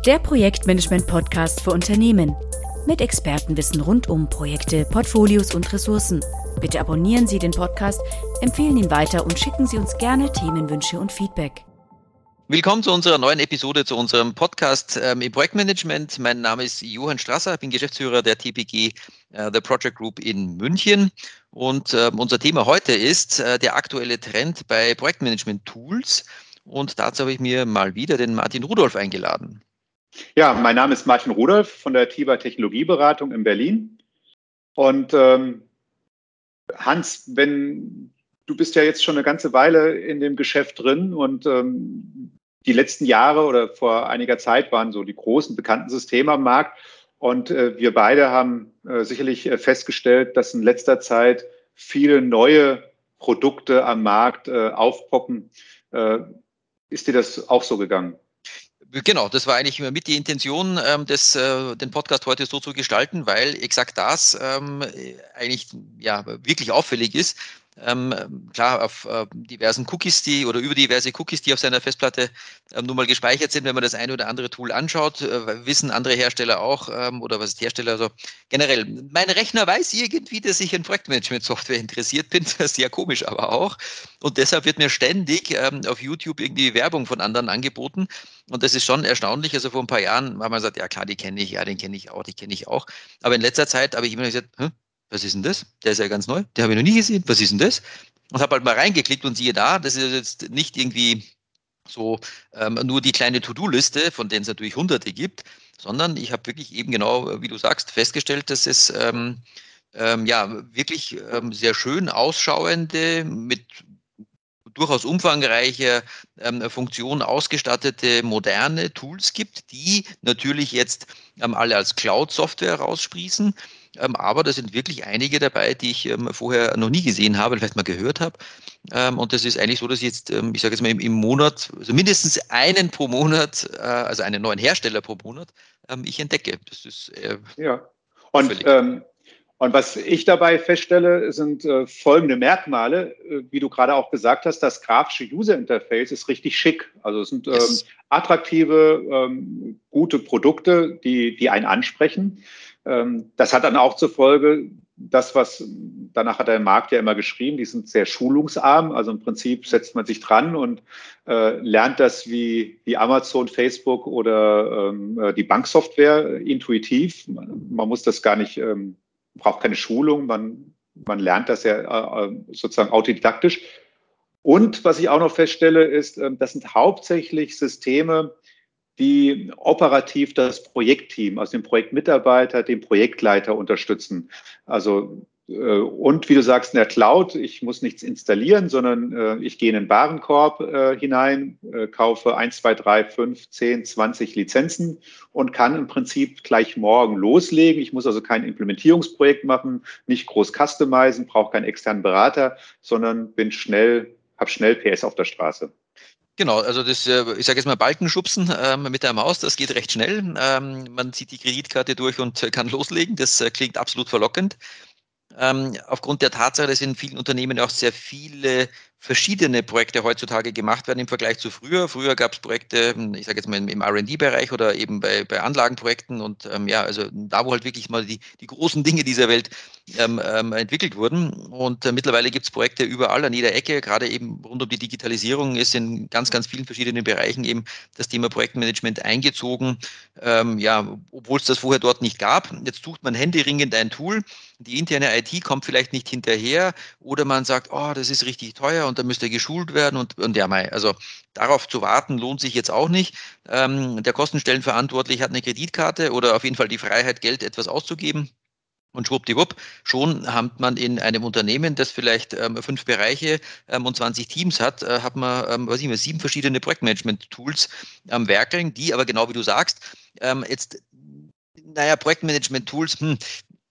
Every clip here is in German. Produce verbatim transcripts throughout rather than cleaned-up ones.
Der Projektmanagement-Podcast für Unternehmen. Mit Expertenwissen rund um Projekte, Portfolios und Ressourcen. Bitte abonnieren Sie den Podcast, empfehlen ihn weiter und schicken Sie uns gerne Themenwünsche und Feedback. Willkommen zu unserer neuen Episode, zu unserem Podcast ähm, im Projektmanagement. Mein Name ist Johann Strasser, ich bin Geschäftsführer der T P G, äh, der Project Group in München. Und äh, unser Thema heute ist äh, der aktuelle Trend bei Projektmanagement-Tools. Und dazu habe ich mir mal wieder den Martin Rudolph eingeladen. Ja, mein Name ist Martin Rudolph von der T I B A Technologieberatung in Berlin. Und ähm, Hans, wenn du bist ja jetzt schon eine ganze Weile in dem Geschäft drin und ähm, die letzten Jahre oder vor einiger Zeit waren so die großen bekannten Systeme am Markt. Und äh, wir beide haben äh, sicherlich äh, festgestellt, dass in letzter Zeit viele neue Produkte am Markt äh, aufpoppen. Äh, ist dir das auch so gegangen? Genau, das war eigentlich mit die Intention, ähm, des, äh, den Podcast heute so zu gestalten, weil exakt das ähm, eigentlich ja wirklich auffällig ist. Ähm, klar, auf äh, diversen Cookies, die oder über diverse Cookies, die auf seiner Festplatte ähm, nun mal gespeichert sind, wenn man das eine oder andere Tool anschaut, äh, wissen andere Hersteller auch, ähm, oder was ist Hersteller, also generell, mein Rechner weiß irgendwie, dass ich in Projektmanagement-Software interessiert bin, sehr komisch aber auch, und deshalb wird mir ständig ähm, auf YouTube irgendwie Werbung von anderen angeboten, und das ist schon erstaunlich. Also vor ein paar Jahren haben wir gesagt, ja klar, die kenne ich, ja, den kenne ich auch, die kenne ich auch, aber in letzter Zeit habe ich immer gesagt, hm, was ist denn das? Der ist ja ganz neu, den habe ich noch nie gesehen, was ist denn das? Und habe halt mal reingeklickt und siehe da, das ist jetzt nicht irgendwie so ähm, nur die kleine To-Do-Liste, von denen es natürlich hunderte gibt, sondern ich habe wirklich eben genau, wie du sagst, festgestellt, dass es ähm, ähm, ja wirklich ähm, sehr schön ausschauende, mit durchaus umfangreiche ähm, Funktionen ausgestattete moderne Tools gibt, die natürlich jetzt ähm, alle als Cloud-Software raussprießen. Ähm, aber da sind wirklich einige dabei, die ich ähm, vorher noch nie gesehen habe, vielleicht mal gehört habe. Ähm, und das ist eigentlich so, dass ich jetzt, ähm, ich sage jetzt mal im, im Monat, also mindestens einen pro Monat, äh, also einen neuen Hersteller pro Monat, ähm, ich entdecke. Das ist äh, ja. Und ähm, Und was ich dabei feststelle, sind äh, folgende Merkmale. Äh, wie du gerade auch gesagt hast, das grafische User Interface ist richtig schick. Also es sind ähm, yes. attraktive, ähm, gute Produkte, die, die einen ansprechen. Ähm, das hat dann auch zur Folge, das, was danach hat der Markt ja immer geschrieben, die sind sehr schulungsarm. Also im Prinzip setzt man sich dran und äh, lernt das wie, wie Amazon, Facebook oder ähm, die Banksoftware intuitiv. Man, man muss das gar nicht ähm, braucht keine Schulung, man, man lernt das ja äh, sozusagen autodidaktisch. Und was ich auch noch feststelle, ist, äh, das sind hauptsächlich Systeme, die operativ das Projektteam, also den Projektmitarbeiter, den Projektleiter unterstützen. Also und wie du sagst, in der Cloud, ich muss nichts installieren, sondern äh, ich gehe in den Warenkorb äh, hinein, äh, kaufe eins, zwei, drei, fünf, zehn, zwanzig Lizenzen und kann im Prinzip gleich morgen loslegen. Ich muss also kein Implementierungsprojekt machen, nicht groß customizen, brauche keinen externen Berater, sondern bin schnell, habe schnell P S auf der Straße. Genau, also das, ich sage jetzt mal Balkenschubsen ähm, mit der Maus, das geht recht schnell. Ähm, man zieht die Kreditkarte durch und kann loslegen. Das äh, klingt absolut verlockend. Ähm, aufgrund der Tatsache, dass in vielen Unternehmen auch sehr viele verschiedene Projekte heutzutage gemacht werden im Vergleich zu früher. Früher gab es Projekte, ich sage jetzt mal im, im R und D-Bereich oder eben bei, bei Anlagenprojekten und ähm, ja, also da, wo halt wirklich mal die, die großen Dinge dieser Welt ähm, ähm, entwickelt wurden. Und äh, mittlerweile gibt es Projekte überall, an jeder Ecke, gerade eben rund um die Digitalisierung ist in ganz, ganz vielen verschiedenen Bereichen eben das Thema Projektmanagement eingezogen. Ähm, ja, obwohl es das vorher dort nicht gab. Jetzt sucht man händeringend ein Tool. Die interne I T kommt vielleicht nicht hinterher oder man sagt, oh, das ist richtig teuer und da müsste geschult werden und, und ja, mei, also darauf zu warten lohnt sich jetzt auch nicht. Ähm, der Kostenstellenverantwortliche hat eine Kreditkarte oder auf jeden Fall die Freiheit, Geld etwas auszugeben. Und schwuppdiwupp, schon hat man in einem Unternehmen, das vielleicht ähm, fünf Bereiche ähm, und zwanzig Teams hat, äh, hat man, ähm, weiß ich nicht, sieben verschiedene Projektmanagement-Tools am Werkeln, die aber genau wie du sagst, ähm, jetzt, naja, Projektmanagement-Tools, hm,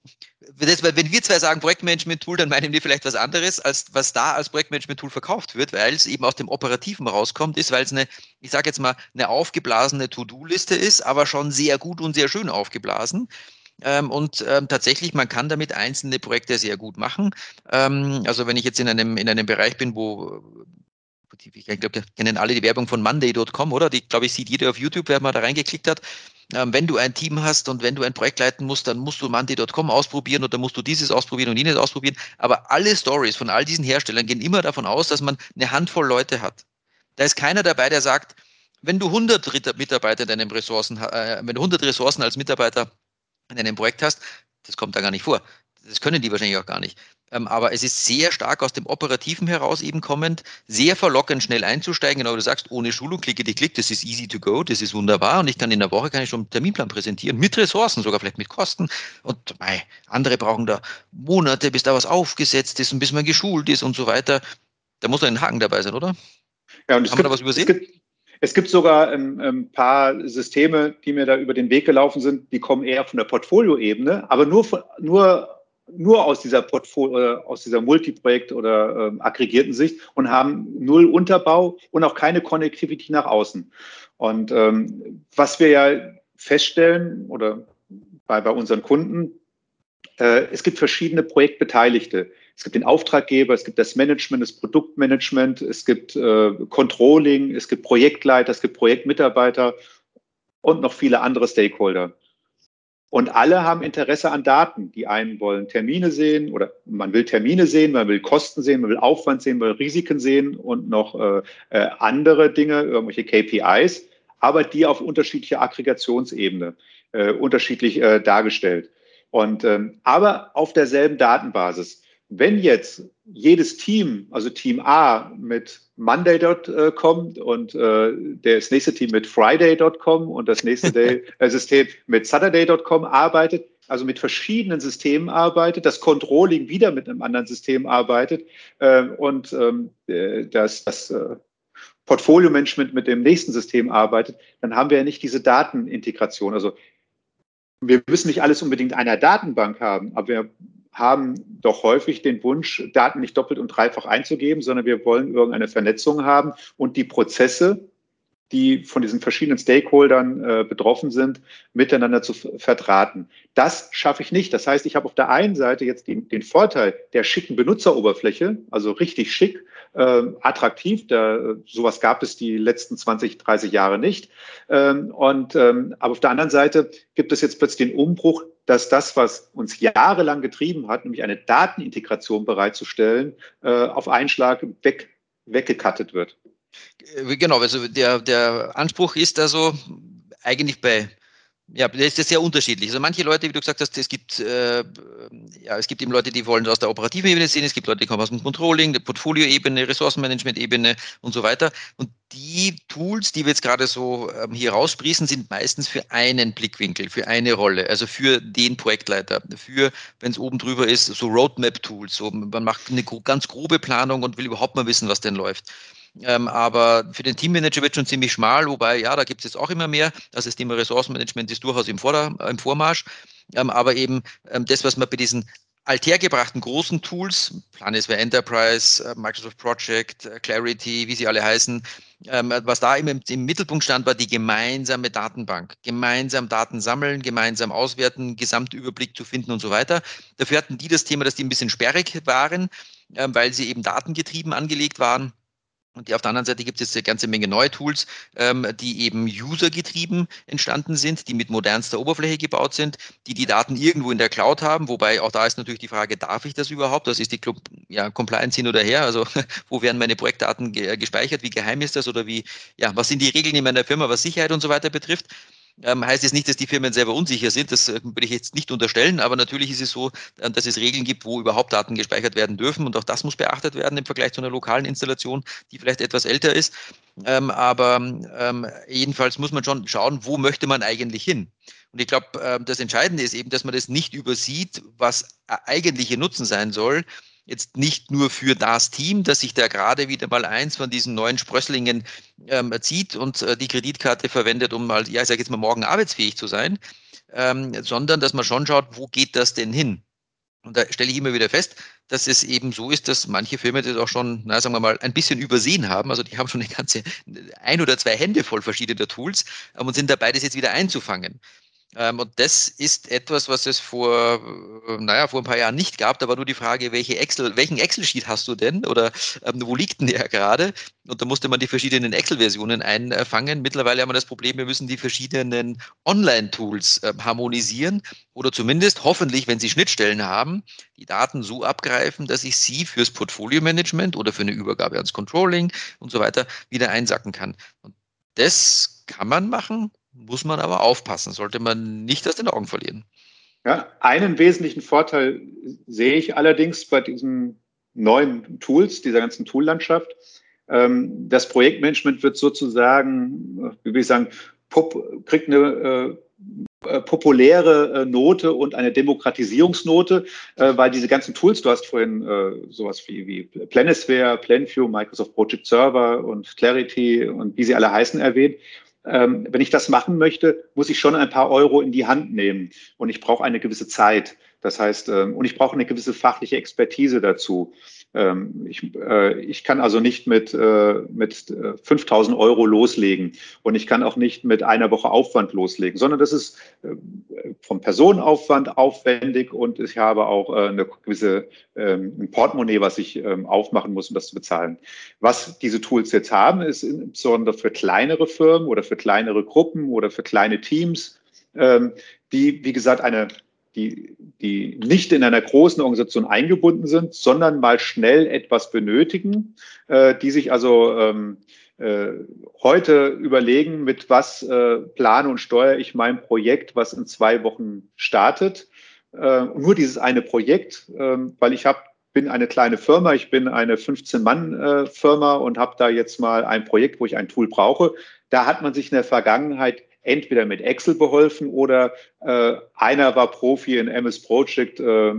Das, wenn wir zwei sagen Projektmanagement-Tool, dann meinen wir vielleicht was anderes, als was da als Projektmanagement-Tool verkauft wird, weil es eben aus dem Operativen rauskommt, ist, weil es eine, ich sage jetzt mal, eine aufgeblasene To-Do-Liste ist, aber schon sehr gut und sehr schön aufgeblasen. Ähm, und ähm, tatsächlich, man kann damit einzelne Projekte sehr gut machen. Ähm, also wenn ich jetzt in einem, in einem Bereich bin, wo ich glaube, wir kennen alle die Werbung von Monday Punkt com, oder? Die, glaube ich, sieht jeder auf YouTube, wer mal da reingeklickt hat. Ähm, wenn du ein Team hast und wenn du ein Projekt leiten musst, dann musst du Monday Punkt com ausprobieren oder musst du dieses ausprobieren und jenes ausprobieren. Aber alle Stories von all diesen Herstellern gehen immer davon aus, dass man eine Handvoll Leute hat. Da ist keiner dabei, der sagt, wenn du hundert Mitarbeiter in deinem Ressourcen, äh, wenn du hundert Ressourcen als Mitarbeiter in einem Projekt hast, das kommt da gar nicht vor. Das können die wahrscheinlich auch gar nicht. Ähm, aber es ist sehr stark aus dem Operativen heraus eben kommend, sehr verlockend, schnell einzusteigen. Genau, wie du sagst, ohne Schulung, klicke die Klick, das ist easy to go, das ist wunderbar. Und ich kann in der Woche kann ich schon einen Terminplan präsentieren, mit Ressourcen, sogar vielleicht mit Kosten. Und mei, andere brauchen da Monate, bis da was aufgesetzt ist und bis man geschult ist und so weiter. Da muss ein Haken dabei sein, oder? Ja, und es Haben gibt, wir da was übersehen? Es gibt, es gibt sogar ein, ein paar Systeme, die mir da über den Weg gelaufen sind, die kommen eher von der Portfolioebene, aber nur, von, nur, nur aus dieser Portfolio, aus dieser Multiprojekt- oder ähm, aggregierten Sicht und haben null Unterbau und auch keine Connectivity nach außen. Und ähm, was wir ja feststellen oder bei, bei unseren Kunden, äh, es gibt verschiedene Projektbeteiligte. Es gibt den Auftraggeber, es gibt das Management, das Produktmanagement, es gibt äh, Controlling, es gibt Projektleiter, es gibt Projektmitarbeiter und noch viele andere Stakeholder. Und alle haben Interesse an Daten. Die einen wollen Termine sehen oder man will Termine sehen, man will Kosten sehen, man will Aufwand sehen, man will Risiken sehen und noch äh, äh, andere Dinge, irgendwelche K P Is, aber die auf unterschiedlicher Aggregationsebene äh, unterschiedlich äh, dargestellt. Und, ähm, aber auf derselben Datenbasis. Wenn jetzt jedes Team, also Team A mit Monday Punkt com und äh, das nächste Team mit Friday Punkt com und das nächste Day, äh, System mit Saturday Punkt com arbeitet, also mit verschiedenen Systemen arbeitet, das Controlling wieder mit einem anderen System arbeitet äh, und ähm, das, das äh, Portfolio-Management mit dem nächsten System arbeitet, dann haben wir ja nicht diese Datenintegration. Also wir müssen nicht alles unbedingt in einer Datenbank haben, aber wir haben doch häufig den Wunsch, Daten nicht doppelt und dreifach einzugeben, sondern wir wollen irgendeine Vernetzung haben und die Prozesse, die von diesen verschiedenen Stakeholdern äh, betroffen sind, miteinander zu verdrahten. Das schaffe ich nicht. Das heißt, ich habe auf der einen Seite jetzt den, den Vorteil der schicken Benutzeroberfläche, also richtig schick, äh, attraktiv. Da, sowas gab es die letzten zwanzig, dreißig Jahre nicht. Ähm, und, ähm, aber auf der anderen Seite gibt es jetzt plötzlich den Umbruch, dass das, was uns jahrelang getrieben hat, nämlich eine Datenintegration bereitzustellen, äh, auf einen Schlag weg, weggekattet wird. Genau, also der, der Anspruch ist also eigentlich bei, ja, das ist sehr unterschiedlich. Also manche Leute, wie du gesagt hast, es gibt, äh, ja, es gibt eben Leute, die wollen aus der operativen Ebene sehen, es gibt Leute, die kommen aus dem Controlling, der Portfolio-Ebene, Ressourcenmanagement-Ebene und so weiter. Und die Tools, die wir jetzt gerade so ähm, hier raussprießen, sind meistens für einen Blickwinkel, für eine Rolle, also für den Projektleiter, für, wenn es oben drüber ist, so Roadmap-Tools. So, man macht eine ganz grobe Planung und will überhaupt mal wissen, was denn läuft. Ähm, aber für den Teammanager wird schon ziemlich schmal, wobei, ja, da gibt es jetzt auch immer mehr. Also das Thema Ressourcenmanagement ist durchaus im, Vorder-, im Vormarsch. Ähm, aber eben ähm, das, was man bei diesen althergebrachten großen Tools, Planisware Enterprise, äh, Microsoft Project, äh, Clarity, wie sie alle heißen, ähm, was da im, im Mittelpunkt stand, war die gemeinsame Datenbank. Gemeinsam Daten sammeln, gemeinsam auswerten, Gesamtüberblick zu finden und so weiter. Dafür hatten die das Thema, dass die ein bisschen sperrig waren, äh, weil sie eben datengetrieben angelegt waren. Und die, auf der anderen Seite gibt es jetzt eine ganze Menge neue Tools, ähm, die eben usergetrieben entstanden sind, die mit modernster Oberfläche gebaut sind, die die Daten irgendwo in der Cloud haben, wobei auch da ist natürlich die Frage, darf ich das überhaupt? Das ist die ja, Compliance hin oder her, also wo werden meine Projektdaten ge- gespeichert, wie geheim ist das oder wie, ja, was sind die Regeln in meiner Firma, was Sicherheit und so weiter betrifft? Ähm, heißt es nicht, dass die Firmen selber unsicher sind, das äh, würde ich jetzt nicht unterstellen, aber natürlich ist es so, äh, dass es Regeln gibt, wo überhaupt Daten gespeichert werden dürfen und auch das muss beachtet werden im Vergleich zu einer lokalen Installation, die vielleicht etwas älter ist. Ähm, aber ähm, jedenfalls muss man schon schauen, wo möchte man eigentlich hin? Und ich glaube, äh, das Entscheidende ist eben, dass man das nicht übersieht, was eigentliche Nutzen sein soll. Jetzt nicht nur für das Team, dass sich da gerade wieder mal eins von diesen neuen Sprösslingen ähm, zieht und äh, die Kreditkarte verwendet, um mal, ja, ich sage jetzt mal, morgen arbeitsfähig zu sein, ähm, sondern dass man schon schaut, wo geht das denn hin? Und da stelle ich immer wieder fest, dass es eben so ist, dass manche Firmen das auch schon, na, sagen wir mal, ein bisschen übersehen haben. Also die haben schon eine ganze, ein oder zwei Hände voll verschiedener Tools ähm, und sind dabei, das jetzt wieder einzufangen. Und das ist etwas, was es vor, naja, vor ein paar Jahren nicht gab. Da war nur die Frage, welche Excel, welchen Excel-Sheet hast du denn oder ähm, wo liegt denn der gerade? Und da musste man die verschiedenen Excel-Versionen einfangen. Mittlerweile haben wir das Problem, wir müssen die verschiedenen Online-Tools äh, harmonisieren oder zumindest hoffentlich, wenn sie Schnittstellen haben, die Daten so abgreifen, dass ich sie fürs Portfolio-Management oder für eine Übergabe ans Controlling und so weiter wieder einsacken kann. Und das kann man machen, muss man aber aufpassen, sollte man nicht aus den Augen verlieren. Ja, einen wesentlichen Vorteil sehe ich allerdings bei diesen neuen Tools, dieser ganzen Toollandschaft. Das Projektmanagement wird sozusagen, wie will ich sagen, pop, kriegt eine äh, populäre äh, Note und eine Demokratisierungsnote, äh, weil diese ganzen Tools, du hast vorhin äh, sowas wie, wie Planisphere, PlanView, Microsoft Project Server und Clarity und wie sie alle heißen erwähnt. Ähm, wenn ich das machen möchte, muss ich schon ein paar Euro in die Hand nehmen und ich brauche eine gewisse Zeit. Das heißt, ähm, und ich brauche eine gewisse fachliche Expertise dazu. Ähm, ich, äh, ich kann also nicht mit, äh, mit fünftausend Euro loslegen und ich kann auch nicht mit einer Woche Aufwand loslegen, sondern das ist äh, vom Personenaufwand aufwendig und ich habe auch äh, eine gewisse ähm, ein Portemonnaie, was ich ähm, aufmachen muss, um das zu bezahlen. Was diese Tools jetzt haben, ist insbesondere für kleinere Firmen oder für kleinere Gruppen oder für kleine Teams, ähm, die, wie gesagt, eine Die, die nicht in einer großen Organisation eingebunden sind, sondern mal schnell etwas benötigen, äh, die sich also ähm, äh, heute überlegen, mit was äh, plane und steuere ich mein Projekt, was in zwei Wochen startet. Äh, nur dieses eine Projekt, äh, weil ich habe bin eine kleine Firma, ich bin eine fünfzehn-Mann-Firma und habe da jetzt mal ein Projekt, wo ich ein Tool brauche. Da hat man sich in der Vergangenheit entweder mit Excel beholfen oder äh, einer war Profi in M S Project äh,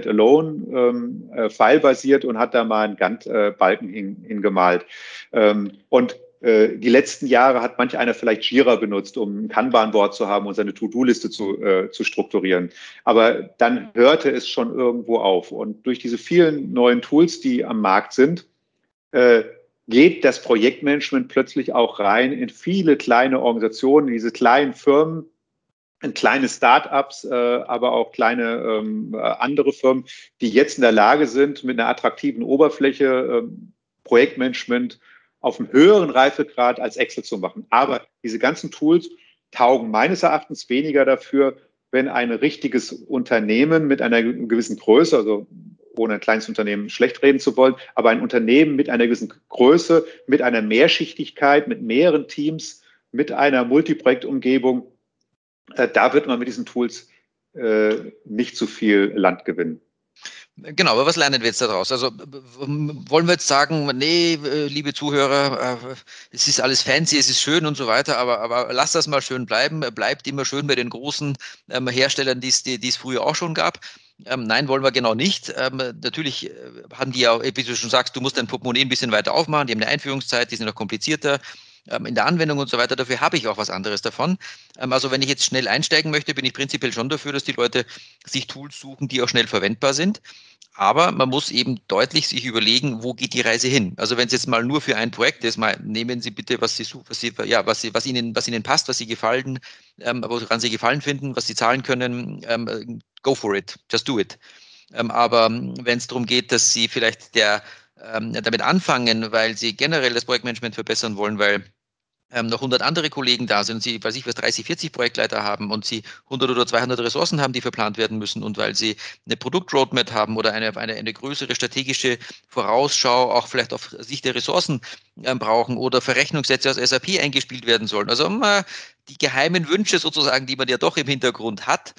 Standalone, äh, filebasiert und hat da mal einen Gantt-Balken hin, hingemalt. Ähm, und äh, die letzten Jahre hat manch einer vielleicht Jira benutzt, um ein Kanban-Board zu haben und seine To-Do-Liste zu, äh, zu strukturieren. Aber dann hörte es schon irgendwo auf. Und durch diese vielen neuen Tools, die am Markt sind, äh, geht das Projektmanagement plötzlich auch rein in viele kleine Organisationen, diese kleinen Firmen, in kleine Start-ups, äh, aber auch kleine ähm, andere Firmen, die jetzt in der Lage sind, mit einer attraktiven Oberfläche ähm, Projektmanagement auf einem höheren Reifegrad als Excel zu machen. Aber diese ganzen Tools taugen meines Erachtens weniger dafür, wenn ein richtiges Unternehmen mit einer gewissen Größe, also ohne ein kleines Unternehmen schlecht reden zu wollen, aber ein Unternehmen mit einer gewissen Größe, mit einer Mehrschichtigkeit, mit mehreren Teams, mit einer Multiprojektumgebung, äh, da wird man mit diesen Tools äh, nicht so viel Land gewinnen. Genau, aber was lernen wir jetzt daraus? Also wollen wir jetzt sagen, nee, liebe Zuhörer, es ist alles fancy, es ist schön und so weiter, aber, aber lasst das mal schön bleiben, bleibt immer schön bei den großen ähm, Herstellern, die es die, die es früher auch schon gab. Ähm, nein, wollen wir genau nicht. Ähm, natürlich haben die ja, wie du schon sagst, du musst dein Portemonnaie ein bisschen weiter aufmachen, die haben eine Einführungszeit, die sind noch komplizierter ähm, in der Anwendung und so weiter. Dafür habe ich auch was anderes davon. Ähm, also wenn ich jetzt schnell einsteigen möchte, bin ich prinzipiell schon dafür, dass die Leute sich Tools suchen, die auch schnell verwendbar sind. Aber man muss eben deutlich sich überlegen, wo geht die Reise hin? Also wenn es jetzt mal nur für ein Projekt ist, mal nehmen Sie bitte, was Sie suchen, was Sie, ja, was Sie, was Ihnen, was Ihnen passt, was Sie gefallen, ähm, woran Sie gefallen finden, was Sie zahlen können, ähm, go for it, just do it. Ähm, aber wenn es darum geht, dass Sie vielleicht der, ähm, damit anfangen, weil Sie generell das Projektmanagement verbessern wollen, weil Ähm, noch hundert andere Kollegen da sind und Sie, weiß ich was, dreißig, vierzig Projektleiter haben und Sie hundert oder zweihundert Ressourcen haben, die verplant werden müssen und weil Sie eine Produktroadmap haben oder eine, eine, eine größere strategische Vorausschau auch vielleicht auf Sicht der Ressourcen äh, brauchen oder Verrechnungssätze aus S A P eingespielt werden sollen. Also äh, die geheimen Wünsche sozusagen, die man ja doch im Hintergrund hat,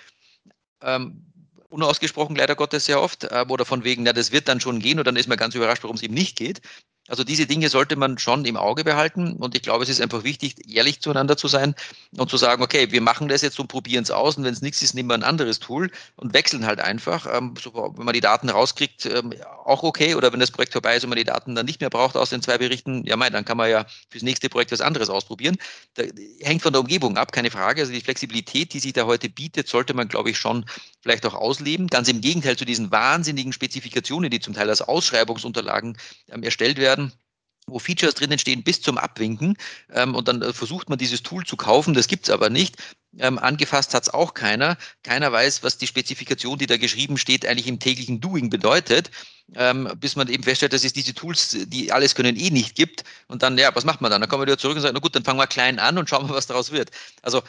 ähm, unausgesprochen leider Gottes sehr oft, äh, oder von wegen, na, das wird dann schon gehen und dann ist man ganz überrascht, warum es eben nicht geht. Also diese Dinge sollte man schon im Auge behalten und ich glaube, es ist einfach wichtig, ehrlich zueinander zu sein und zu sagen, okay, wir machen das jetzt und probieren es aus und wenn es nichts ist, nehmen wir ein anderes Tool und wechseln halt einfach. Ähm, so, wenn man die Daten rauskriegt, ähm, auch okay, oder wenn das Projekt vorbei ist und man die Daten dann nicht mehr braucht aus den zwei Berichten, ja mei, dann kann man ja fürs nächste Projekt was anderes ausprobieren. Da, hängt von der Umgebung ab, keine Frage. Also die Flexibilität, die sich da heute bietet, sollte man, glaube ich, schon vielleicht auch ausleben. Ganz im Gegenteil zu diesen wahnsinnigen Spezifikationen, die zum Teil als Ausschreibungsunterlagen ähm, erstellt werden. wo Features drinnen stehen bis zum Abwinken, ähm, und dann äh, versucht man dieses Tool zu kaufen, das gibt es aber nicht. Ähm, angefasst hat es auch keiner. Keiner weiß, was die Spezifikation, die da geschrieben steht, eigentlich im täglichen Doing bedeutet, ähm, bis man eben feststellt, dass es diese Tools, die alles können, eh nicht gibt. Und dann, ja, was macht man dann? Dann kommen wir wieder zurück und sagen, na gut, dann fangen wir klein an und schauen wir, was daraus wird. Also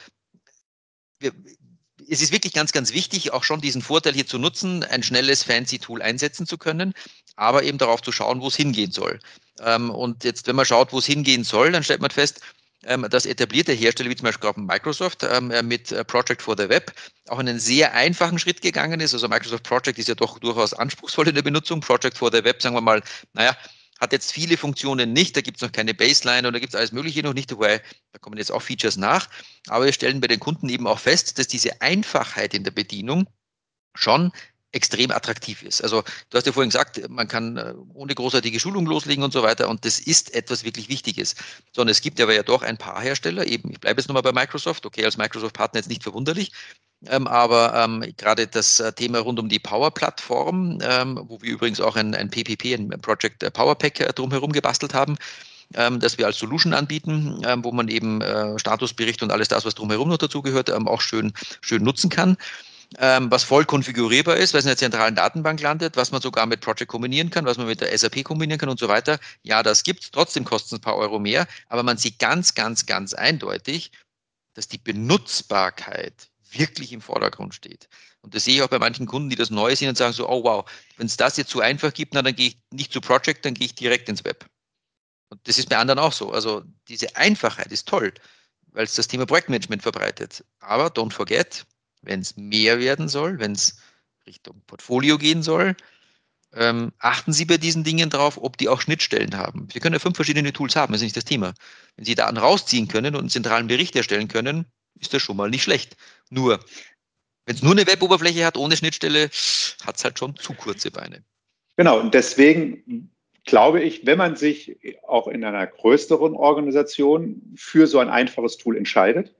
wir, es ist wirklich ganz, ganz wichtig, auch schon diesen Vorteil hier zu nutzen, ein schnelles, fancy Tool einsetzen zu können, aber eben darauf zu schauen, wo es hingehen soll. Ähm, und jetzt, wenn man schaut, wo es hingehen soll, dann stellt man fest, ähm, dass etablierte Hersteller, wie zum Beispiel auch Microsoft ähm, mit äh, Project for the Web, auch einen sehr einfachen Schritt gegangen ist. Also Microsoft Project ist ja doch durchaus anspruchsvoll in der Benutzung. Project for the Web, sagen wir mal, naja, hat jetzt viele Funktionen nicht, da gibt es noch keine Baseline und da gibt es alles Mögliche noch nicht, wobei da kommen jetzt auch Features nach. Aber wir stellen bei den Kunden eben auch fest, dass diese Einfachheit in der Bedienung schon extrem attraktiv ist. Also du hast ja vorhin gesagt, man kann ohne großartige Schulung loslegen und so weiter und das ist etwas wirklich Wichtiges. So, und es gibt aber ja doch ein paar Hersteller, eben, ich bleibe jetzt nochmal bei Microsoft, okay, als Microsoft-Partner jetzt nicht verwunderlich, Ähm, aber ähm, gerade das äh, Thema rund um die Power-Plattform, ähm, wo wir übrigens auch ein, ein P P P, ein Project Power Pack äh, drumherum gebastelt haben, ähm, das wir als Solution anbieten, ähm, wo man eben äh, Statusbericht und alles das, was drumherum noch dazugehört, ähm, auch schön, schön nutzen kann. Ähm, was voll konfigurierbar ist, weil es in der zentralen Datenbank landet, was man sogar mit Project kombinieren kann, was man mit der S A P kombinieren kann und so weiter. Ja, das gibt's. Trotzdem kostet es ein paar Euro mehr, aber man sieht ganz, ganz, ganz eindeutig, dass die Benutzbarkeit wirklich im Vordergrund steht. Und das sehe ich auch bei manchen Kunden, die das neu sehen und sagen so, oh wow, wenn es das jetzt so einfach gibt, na, dann gehe ich nicht zu Project, dann gehe ich direkt ins Web. Und das ist bei anderen auch so. Also diese Einfachheit ist toll, weil es das Thema Projektmanagement verbreitet. Aber don't forget, wenn es mehr werden soll, wenn es Richtung Portfolio gehen soll, ähm, achten Sie bei diesen Dingen drauf, ob die auch Schnittstellen haben. Sie können ja fünf verschiedene Tools haben, das ist nicht das Thema. Wenn Sie Daten rausziehen können und einen zentralen Bericht erstellen können, ist das schon mal nicht schlecht. Nur, wenn es nur eine Web-Oberfläche hat, ohne Schnittstelle, hat es halt schon zu kurze Beine. Genau, und deswegen glaube ich, wenn man sich auch in einer größeren Organisation für so ein einfaches Tool entscheidet,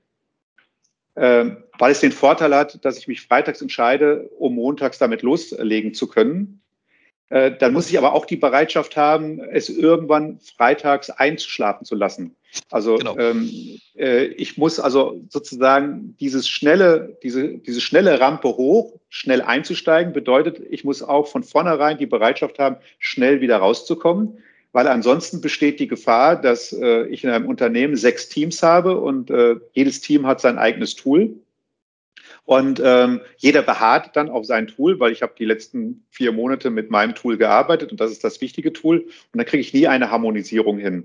äh, weil es den Vorteil hat, dass ich mich freitags entscheide, um montags damit loslegen zu können, äh, dann muss ich aber auch die Bereitschaft haben, es irgendwann freitags einzuschlafen zu lassen. Also genau. ähm, äh, ich muss also sozusagen dieses schnelle, diese, diese schnelle Rampe hoch, schnell einzusteigen, bedeutet, ich muss auch von vornherein die Bereitschaft haben, schnell wieder rauszukommen, weil ansonsten besteht die Gefahr, dass äh, ich in einem Unternehmen sechs Teams habe und äh, jedes Team hat sein eigenes Tool. Und ähm, jeder beharrt dann auf sein Tool, weil ich habe die letzten vier Monate mit meinem Tool gearbeitet und das ist das wichtige Tool. Und dann kriege ich nie eine Harmonisierung hin,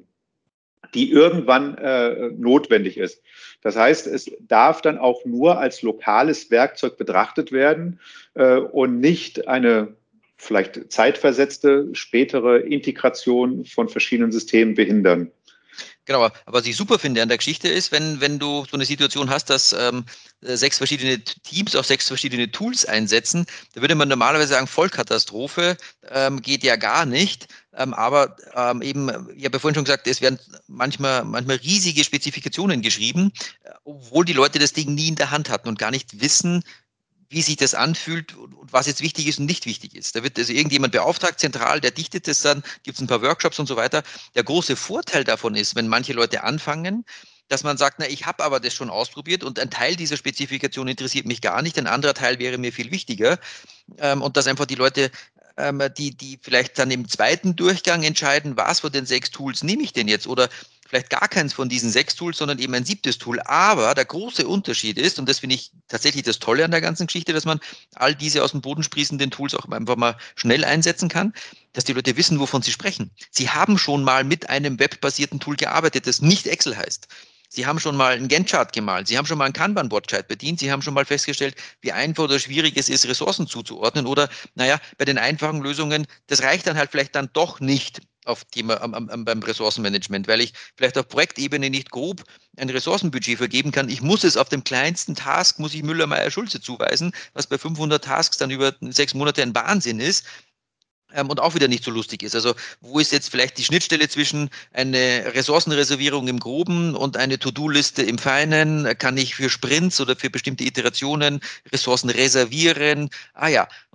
die irgendwann äh, notwendig ist. Das heißt, es darf dann auch nur als lokales Werkzeug betrachtet werden äh, und nicht eine vielleicht zeitversetzte spätere Integration von verschiedenen Systemen behindern. Genau, aber was ich super finde an der Geschichte ist, wenn, wenn du so eine Situation hast, dass ähm, sechs verschiedene Teams auf sechs verschiedene Tools einsetzen, da würde man normalerweise sagen, Vollkatastrophe, ähm, geht ja gar nicht. Ähm, aber ähm, eben, ich habe ja vorhin schon gesagt, es werden manchmal, manchmal riesige Spezifikationen geschrieben, obwohl die Leute das Ding nie in der Hand hatten und gar nicht wissen, wie sich das anfühlt und was jetzt wichtig ist und nicht wichtig ist. Da wird also irgendjemand beauftragt, zentral, der dichtet das dann, gibt es ein paar Workshops und so weiter. Der große Vorteil davon ist, wenn manche Leute anfangen, dass man sagt, na, ich habe aber das schon ausprobiert und ein Teil dieser Spezifikation interessiert mich gar nicht, ein anderer Teil wäre mir viel wichtiger. Ähm, und dass einfach die Leute, ähm, die, die vielleicht dann im zweiten Durchgang entscheiden, was von den sechs Tools nehme ich denn jetzt oder vielleicht gar keins von diesen sechs Tools, sondern eben ein siebtes Tool. Aber der große Unterschied ist, und das finde ich tatsächlich das Tolle an der ganzen Geschichte, dass man all diese aus dem Boden sprießenden Tools auch einfach mal schnell einsetzen kann, dass die Leute wissen, wovon sie sprechen. Sie haben schon mal mit einem webbasierten Tool gearbeitet, das nicht Excel heißt. Sie haben schon mal einen Gantt-Chart gemalt, Sie haben schon mal einen Kanban-Board-Chart bedient, Sie haben schon mal festgestellt, wie einfach oder schwierig es ist, Ressourcen zuzuordnen oder, naja, bei den einfachen Lösungen, das reicht dann halt vielleicht dann doch nicht auf Thema am, am, beim Ressourcenmanagement, weil ich vielleicht auf Projektebene nicht grob ein Ressourcenbudget vergeben kann. Ich muss es auf dem kleinsten Task, muss ich Müller-Meyer-Schulze zuweisen, was bei fünfhundert Tasks dann über sechs Monate ein Wahnsinn ist. Ähm, und auch wieder nicht so lustig ist. Also wo ist jetzt vielleicht die Schnittstelle zwischen eine Ressourcenreservierung im Groben und eine To-Do-Liste im Feinen? Kann ich für Sprints oder für bestimmte Iterationen Ressourcen reservieren? Ah ja, und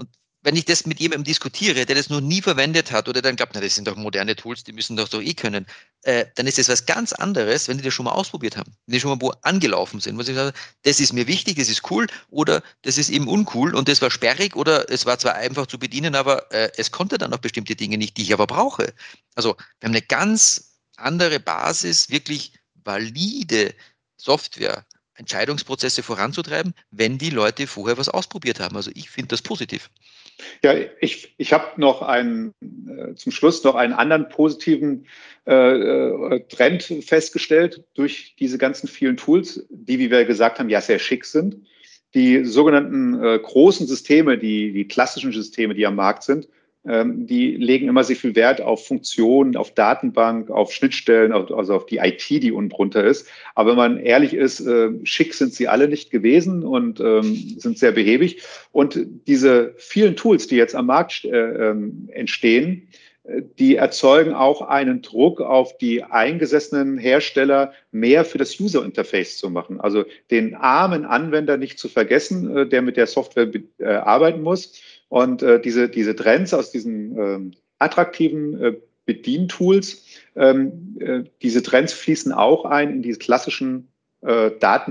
wenn ich das mit jemandem diskutiere, der das noch nie verwendet hat oder dann glaubt, na, das sind doch moderne Tools, die müssen doch so eh können, äh, dann ist das was ganz anderes, wenn die das schon mal ausprobiert haben, wenn die schon mal wo angelaufen sind, wo sie sagen, das ist mir wichtig, das ist cool oder das ist eben uncool und das war sperrig oder es war zwar einfach zu bedienen, aber äh, es konnte dann auch bestimmte Dinge nicht, die ich aber brauche. Also wir haben eine ganz andere Basis, wirklich valide Software, Entscheidungsprozesse voranzutreiben, wenn die Leute vorher was ausprobiert haben. Also ich finde das positiv. Ja, ich, ich habe noch einen, äh, zum Schluss noch einen anderen positiven äh, Trend festgestellt durch diese ganzen vielen Tools, die, wie wir gesagt haben, ja sehr schick sind. Die sogenannten äh, großen Systeme, die, die klassischen Systeme, die am Markt sind, ähm, die legen immer sehr viel Wert auf Funktionen, auf Datenbank, auf Schnittstellen, auf, also auf die I T, die unten drunter ist. Aber wenn man ehrlich ist, äh, schick sind sie alle nicht gewesen und ähm, sind sehr behäbig. Und diese vielen Tools, die jetzt am Markt äh, ähm, entstehen, die erzeugen auch einen Druck auf die eingesessenen Hersteller, mehr für das User-Interface zu machen. Also den armen Anwender nicht zu vergessen, der mit der Software arbeiten muss. Und diese, diese Trends aus diesen ähm, attraktiven äh, Bedientools, ähm, äh, diese Trends fließen auch ein in diese klassischen äh,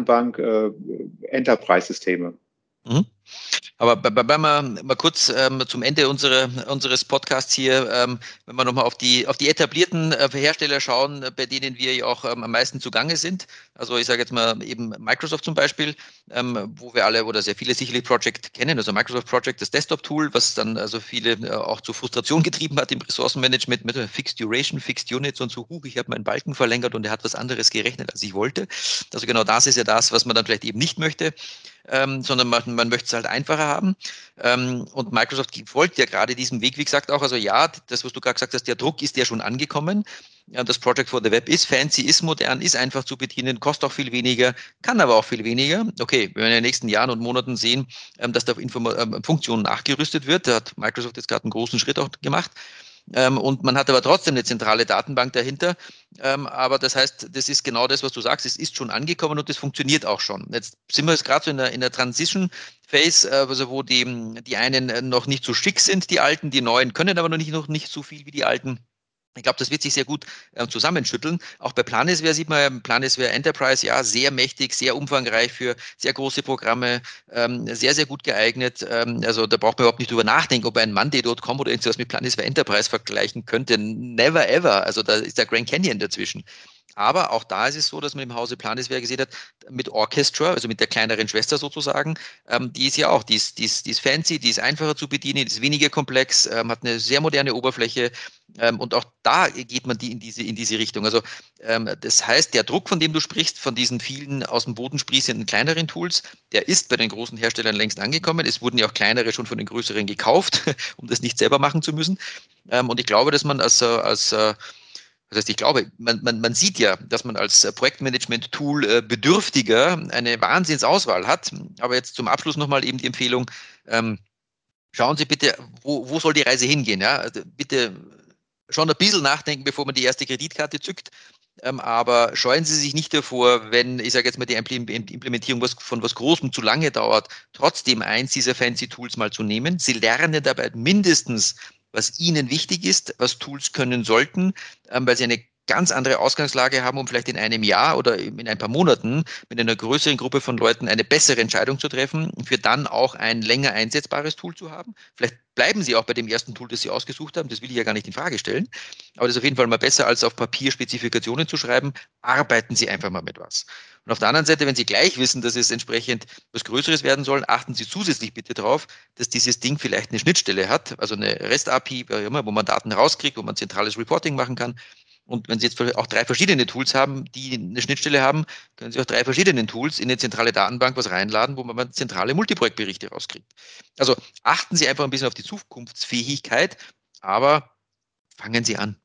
Datenbank-Enterprise-Systeme. Äh, mhm. Aber wenn wir mal kurz ähm, zum Ende unsere, unseres Podcasts hier, ähm, wenn wir nochmal auf die, auf die etablierten äh, Hersteller schauen, bei denen wir ja auch ähm, am meisten zugange sind. Also ich sage jetzt mal eben Microsoft zum Beispiel, ähm, wo wir alle oder sehr viele sicherlich Project kennen. Also Microsoft Project, das Desktop-Tool, was dann also viele äh, auch zu Frustration getrieben hat im Ressourcenmanagement mit Fixed Duration, Fixed Units und so, huch, ich habe meinen Balken verlängert und er hat was anderes gerechnet, als ich wollte. Also genau das ist ja das, was man dann vielleicht eben nicht möchte. Ähm, sondern man, man möchte es halt einfacher haben. Ähm, und Microsoft folgt ja gerade diesem Weg, wie gesagt, auch. Also ja, das, was du gerade gesagt hast, der Druck ist ja schon angekommen. Ja, das Project for the Web ist fancy, ist modern, ist einfach zu bedienen, kostet auch viel weniger, kann aber auch viel weniger. Okay, wir werden in den nächsten Jahren und Monaten sehen, ähm, dass da Inform- ähm, Funktionen nachgerüstet wird. Da hat Microsoft jetzt gerade einen großen Schritt auch gemacht. Ähm, und man hat aber trotzdem eine zentrale Datenbank dahinter. Ähm, aber das heißt, das ist genau das, was du sagst, es ist schon angekommen und es funktioniert auch schon. Jetzt sind wir jetzt gerade so in der, in der Transition Phase, äh, also wo die, die einen noch nicht so schick sind, die Alten, die Neuen können aber noch nicht, noch nicht so viel wie die Alten. Ich glaube, das wird sich sehr gut äh, zusammenschütteln. Auch bei Planisware sieht man ja, Planisware Enterprise, ja, sehr mächtig, sehr umfangreich für sehr große Programme, ähm, sehr, sehr gut geeignet. Ähm, also da braucht man überhaupt nicht drüber nachdenken, ob ein Monday Punkt com oder irgendwas mit Planisware Enterprise vergleichen könnte. Never ever. Also da ist der Grand Canyon dazwischen. Aber auch da ist es so, dass man im Hause Planisware gesehen hat, mit Orchestra, also mit der kleineren Schwester sozusagen, ähm, die ist ja auch, die ist, die, ist, die ist fancy, die ist einfacher zu bedienen, die ist weniger komplex, ähm, hat eine sehr moderne Oberfläche ähm, und auch da geht man die in diese, in diese Richtung. Also ähm, das heißt, der Druck, von dem du sprichst, von diesen vielen aus dem Boden sprießenden kleineren Tools, der ist bei den großen Herstellern längst angekommen. Es wurden ja auch kleinere schon von den größeren gekauft, um das nicht selber machen zu müssen. Ähm, und ich glaube, dass man als, als Das heißt, ich glaube, man, man, man sieht ja, dass man als Projektmanagement-Tool äh, bedürftiger eine Wahnsinnsauswahl hat. Aber jetzt zum Abschluss nochmal eben die Empfehlung, ähm, schauen Sie bitte, wo, wo soll die Reise hingehen? Ja? Also bitte schon ein bisschen nachdenken, bevor man die erste Kreditkarte zückt. Ähm, aber scheuen Sie sich nicht davor, wenn, ich sage jetzt mal, die Implementierung was, von was Großem zu lange dauert, trotzdem eins dieser fancy Tools mal zu nehmen. Sie lernen dabei mindestens, was Ihnen wichtig ist, was Tools können sollten, ähm, weil Sie eine ganz andere Ausgangslage haben, um vielleicht in einem Jahr oder in ein paar Monaten mit einer größeren Gruppe von Leuten eine bessere Entscheidung zu treffen, für dann auch ein länger einsetzbares Tool zu haben. Vielleicht bleiben Sie auch bei dem ersten Tool, das Sie ausgesucht haben. Das will ich ja gar nicht in Frage stellen. Aber das ist auf jeden Fall mal besser, als auf Papier Spezifikationen zu schreiben. Arbeiten Sie einfach mal mit was. Und auf der anderen Seite, wenn Sie gleich wissen, dass es entsprechend was Größeres werden soll, achten Sie zusätzlich bitte darauf, dass dieses Ding vielleicht eine Schnittstelle hat, also eine REST-A P I, wo man Daten rauskriegt, wo man zentrales Reporting machen kann. Und wenn Sie jetzt auch drei verschiedene Tools haben, die eine Schnittstelle haben, können Sie auch drei verschiedenen Tools in eine zentrale Datenbank was reinladen, wo man zentrale Multiprojektberichte rauskriegt. Also achten Sie einfach ein bisschen auf die Zukunftsfähigkeit, aber fangen Sie an.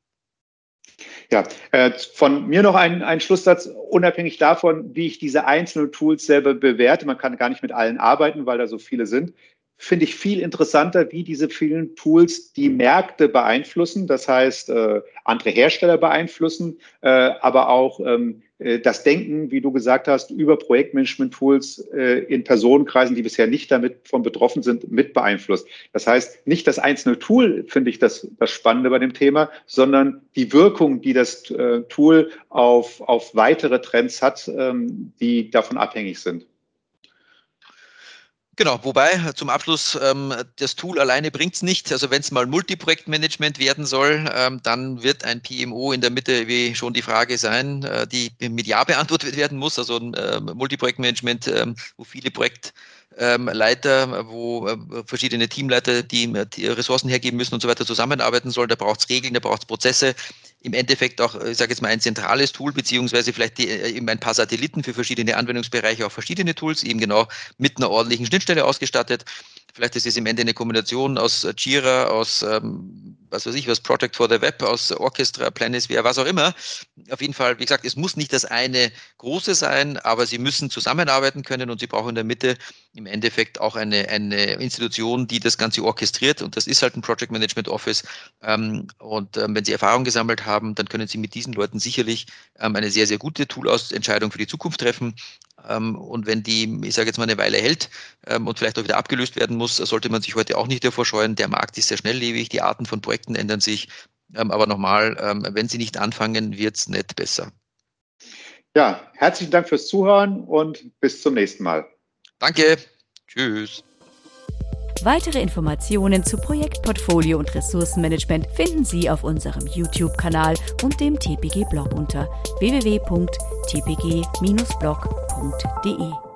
Ja, äh, von mir noch ein, ein Schlusssatz, unabhängig davon, wie ich diese einzelnen Tools selber bewerte. Man kann gar nicht mit allen arbeiten, weil da so viele sind. Finde ich viel interessanter, wie diese vielen Tools die Märkte beeinflussen, das heißt, äh, andere Hersteller beeinflussen, äh, aber auch ähm, das Denken, wie du gesagt hast, über Projektmanagement-Tools in Personenkreisen, die bisher nicht damit von betroffen sind, mit beeinflusst. Das heißt, nicht das einzelne Tool, finde ich das, das Spannende bei dem Thema, sondern die Wirkung, die das Tool auf, auf weitere Trends hat, die davon abhängig sind. Genau, wobei zum Abschluss, ähm, das Tool alleine bringt es nicht. Also wenn es mal Multiprojektmanagement werden soll, ähm, dann wird ein P M O in der Mitte wie schon die Frage sein, äh, die mit Ja beantwortet werden muss. Also ein äh, Multiprojektmanagement, ähm, wo viele Projektleiter, wo äh, verschiedene Teamleiter, die, die Ressourcen hergeben müssen und so weiter, zusammenarbeiten sollen. Da braucht es Regeln, da braucht es Prozesse. Im Endeffekt auch, ich sage jetzt mal, ein zentrales Tool, beziehungsweise vielleicht die, eben ein paar Satelliten für verschiedene Anwendungsbereiche, auch verschiedene Tools, eben genau mit einer ordentlichen Schnittstelle ausgestattet. Vielleicht ist es im Ende eine Kombination aus Jira, aus, ähm, was weiß ich, was Project for the Web, aus Orchestra, Planisphere, was auch immer. Auf jeden Fall, wie gesagt, es muss nicht das eine große sein, aber sie müssen zusammenarbeiten können und sie brauchen in der Mitte im Endeffekt auch eine, eine Institution, die das Ganze orchestriert, und das ist halt ein Project Management Office. Ähm, und ähm, wenn sie Erfahrung gesammelt haben, dann können sie mit diesen Leuten sicherlich ähm, eine sehr, sehr gute Tool-Entscheidung für die Zukunft treffen. Und wenn die, ich sage jetzt mal, eine Weile hält ähm, und vielleicht auch wieder abgelöst werden muss, sollte man sich heute auch nicht davor scheuen. Der Markt ist sehr schnelllebig, die Arten von Projekten ändern sich. Ähm, aber nochmal, ähm, wenn Sie nicht anfangen, wird es nicht besser. Ja, herzlichen Dank fürs Zuhören und bis zum nächsten Mal. Danke. Tschüss. Weitere Informationen zu Projektportfolio und Ressourcenmanagement finden Sie auf unserem YouTube-Kanal und dem T P G-Blog unter w w w punkt t p g Bindestrich blog punkt d e.